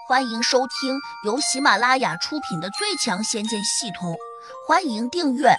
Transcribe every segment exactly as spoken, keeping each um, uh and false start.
欢迎收听由喜马拉雅出品的《最强仙剑系统》，欢迎订阅。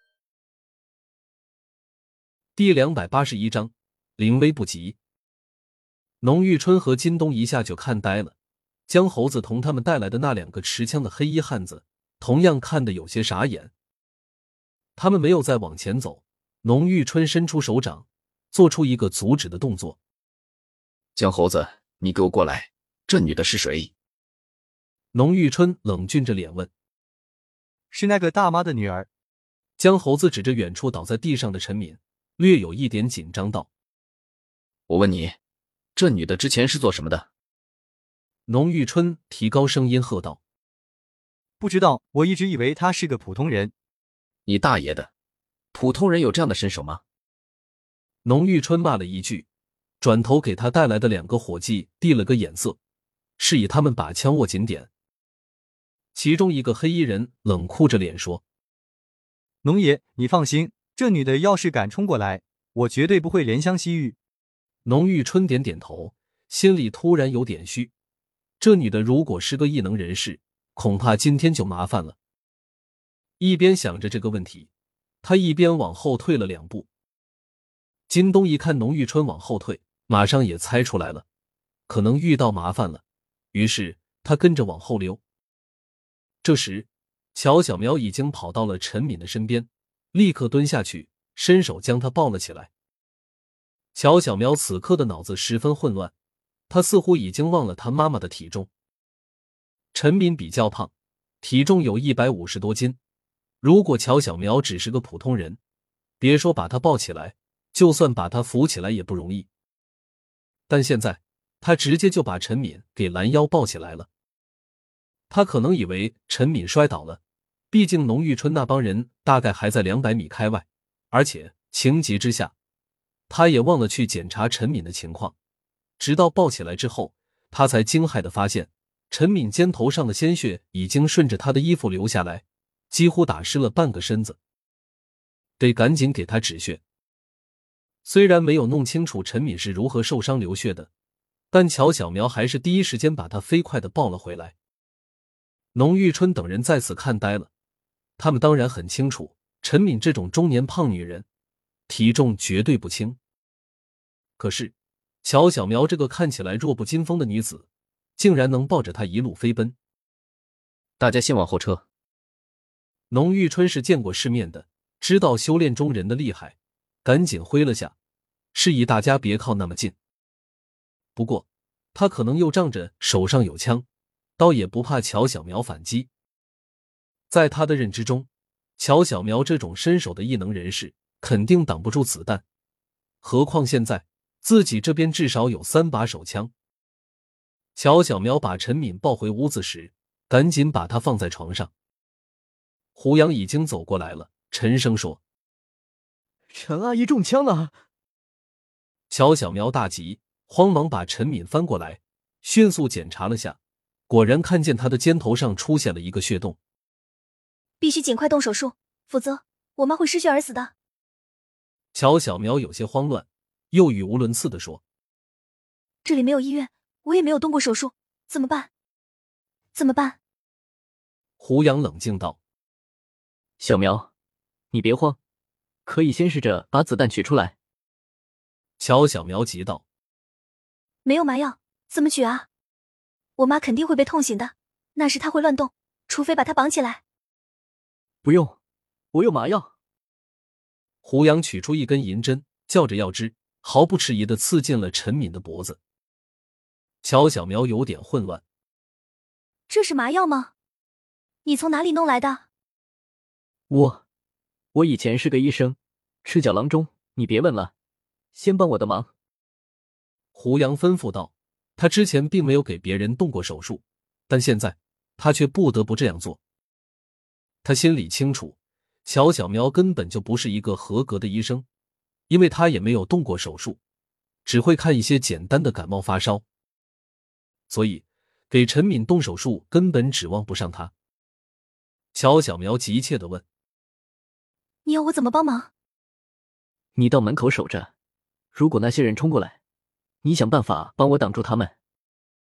第两百八十一章，临危不及。农玉春和金东一下就看呆了，江猴子同他们带来的那两个持枪的黑衣汉子同样看得有些傻眼。他们没有再往前走，农玉春伸出手掌，做出一个阻止的动作。 江猴子，你给我过来，这女的是谁？ 农玉春冷峻着脸问。 是那个大妈的女儿。 江猴子指着远处倒在地上的陈敏，略有一点紧张道。 我问你，这女的之前是做什么的？ 农玉春提高声音喝道。 不知道，我一直以为她是个普通人。 你大爷的，普通人有这样的身手吗？ 农玉春骂了一句，转头给他带来的两个伙计递了个眼色，示意他们把枪握紧点。其中一个黑衣人冷酷着脸说： 农爷，你放心，这女的要是敢冲过来，我绝对不会怜香惜玉。 农玉春点点头，心里突然有点虚，这女的如果是个异能人士，恐怕今天就麻烦了。一边想着这个问题，他一边往后退了两步。金东一看农玉春往后退，马上也猜出来了，可能遇到麻烦了，于是他跟着往后溜。这时乔小苗已经跑到了陈敏的身边，立刻蹲下去，伸手将他抱了起来。乔小苗此刻的脑子十分混乱，他似乎已经忘了他妈妈的体重。陈敏比较胖，体重有一百五十多斤，如果乔小苗只是个普通人，别说把他抱起来，就算把他扶起来也不容易。但现在他直接就把陈敏给拦腰抱起来了。他可能以为陈敏摔倒了，毕竟农玉春那帮人大概还在两百米开外，而且情急之下他也忘了去检查陈敏的情况，直到抱起来之后，他才惊骇地发现陈敏肩头上的鲜血已经顺着他的衣服流下来，几乎打湿了半个身子。得赶紧给他止血。虽然没有弄清楚陈敏是如何受伤流血的，但乔小苗还是第一时间把他飞快地抱了回来。农玉春等人再次看呆了，他们当然很清楚，陈敏这种中年胖女人，体重绝对不轻。可是，乔小苗这个看起来弱不禁风的女子，竟然能抱着她一路飞奔。 大家先往后撤。 农玉春是见过世面的，知道修炼中人的厉害，赶紧挥了下，示意大家别靠那么近。不过，他可能又仗着手上有枪，倒也不怕乔小苗反击。在他的认知中，乔小苗这种身手的异能人士肯定挡不住子弹，何况现在自己这边至少有三把手枪。乔小苗把陈敏抱回屋子时，赶紧把他放在床上。胡杨已经走过来了，沉声说： 陈阿姨中枪了。 乔小苗大急，慌忙把陈敏翻过来，迅速检查了下，果然看见他的肩头上出现了一个血洞。 必须尽快动手术，否则我妈会失血而死的。 乔小苗有些慌乱，又语无伦次地说： 这里没有医院，我也没有动过手术，怎么办？怎么办？ 胡杨冷静道： 小苗，你别慌，可以先试着把子弹取出来。 乔小苗急道： 没有麻药，怎么取啊？我妈肯定会被痛醒的，那时她会乱动，除非把她绑起来。 不用，我有麻药。 胡杨取出一根银针，叫着药汁，毫不迟疑地刺进了陈敏的脖子。乔小苗有点混乱： 这是麻药吗？你从哪里弄来的？ 我，我以前是个医生，赤脚郎中，你别问了，先帮我的忙。 胡杨吩咐道。他之前并没有给别人动过手术，但现在他却不得不这样做。他心里清楚，乔小苗根本就不是一个合格的医生，因为他也没有动过手术，只会看一些简单的感冒发烧，所以给陈敏动手术根本指望不上他。乔小苗急切地问： 你要我怎么帮忙？ 你到门口守着，如果那些人冲过来，你想办法帮我挡住他们。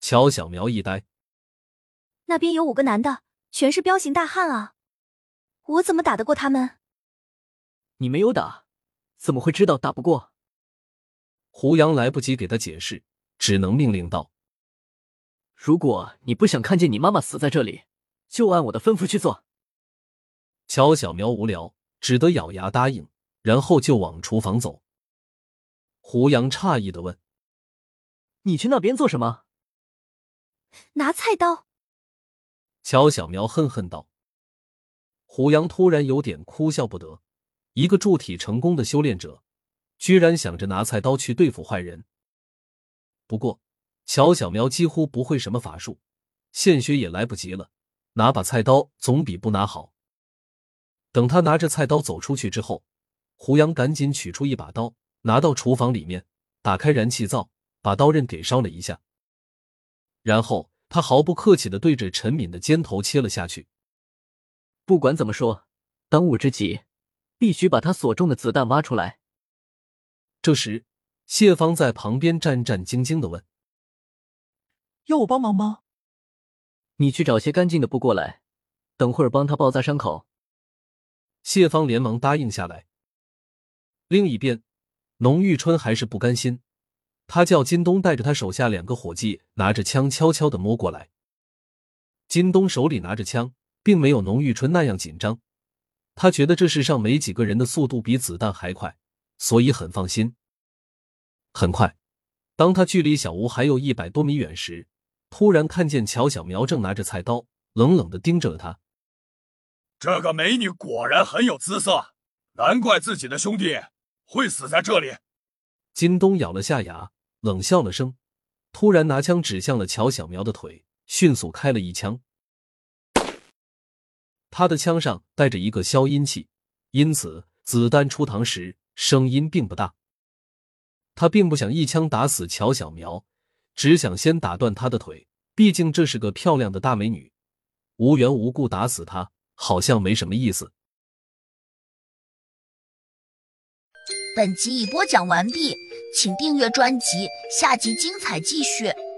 乔小苗一呆， 那边有五个男的，全是彪形大汉啊，我怎么打得过他们？ 你没有打，怎么会知道打不过？ 胡杨来不及给他解释，只能命令道： 如果你不想看见你妈妈死在这里，就按我的吩咐去做。 乔小苗无聊，只得咬牙答应，然后就往厨房走。胡杨诧异地问： 你去那边做什么？ 拿菜刀。 乔小苗恨恨道。胡杨突然有点哭笑不得，一个铸体成功的修炼者，居然想着拿菜刀去对付坏人。不过乔小苗几乎不会什么法术，现学也来不及了，拿把菜刀总比不拿好。等他拿着菜刀走出去之后，胡杨赶紧取出一把刀，拿到厨房里面，打开燃气灶，把刀刃给烧了一下。然后他毫不客气地对着陈敏的肩头切了下去。 不管怎么说，当务之急必须把他所中的子弹挖出来。 这时谢芳在旁边战战兢兢地问： 要我帮忙吗？ 你去找些干净的布过来，等会儿帮他包扎伤口。 谢芳连忙答应下来。另一边，农玉春还是不甘心，他叫金东带着他手下两个伙计拿着枪悄悄地摸过来。金东手里拿着枪，并没有农玉春那样紧张，他觉得这世上没几个人的速度比子弹还快，所以很放心。很快，当他距离小屋还有一百多米远时，突然看见乔小苗正拿着菜刀，冷冷地盯着了他。 这个美女果然很有姿色，难怪自己的兄弟会死在这里。 金东咬了下牙，冷笑了声，突然拿枪指向了乔小苗的腿，迅速开了一枪。他的枪上带着一个消音器，因此子弹出膛时声音并不大。他并不想一枪打死乔小苗，只想先打断她的腿，毕竟这是个漂亮的大美女，无缘无故打死她好像没什么意思。 本集已播讲完毕，请订阅专辑，下集精彩继续。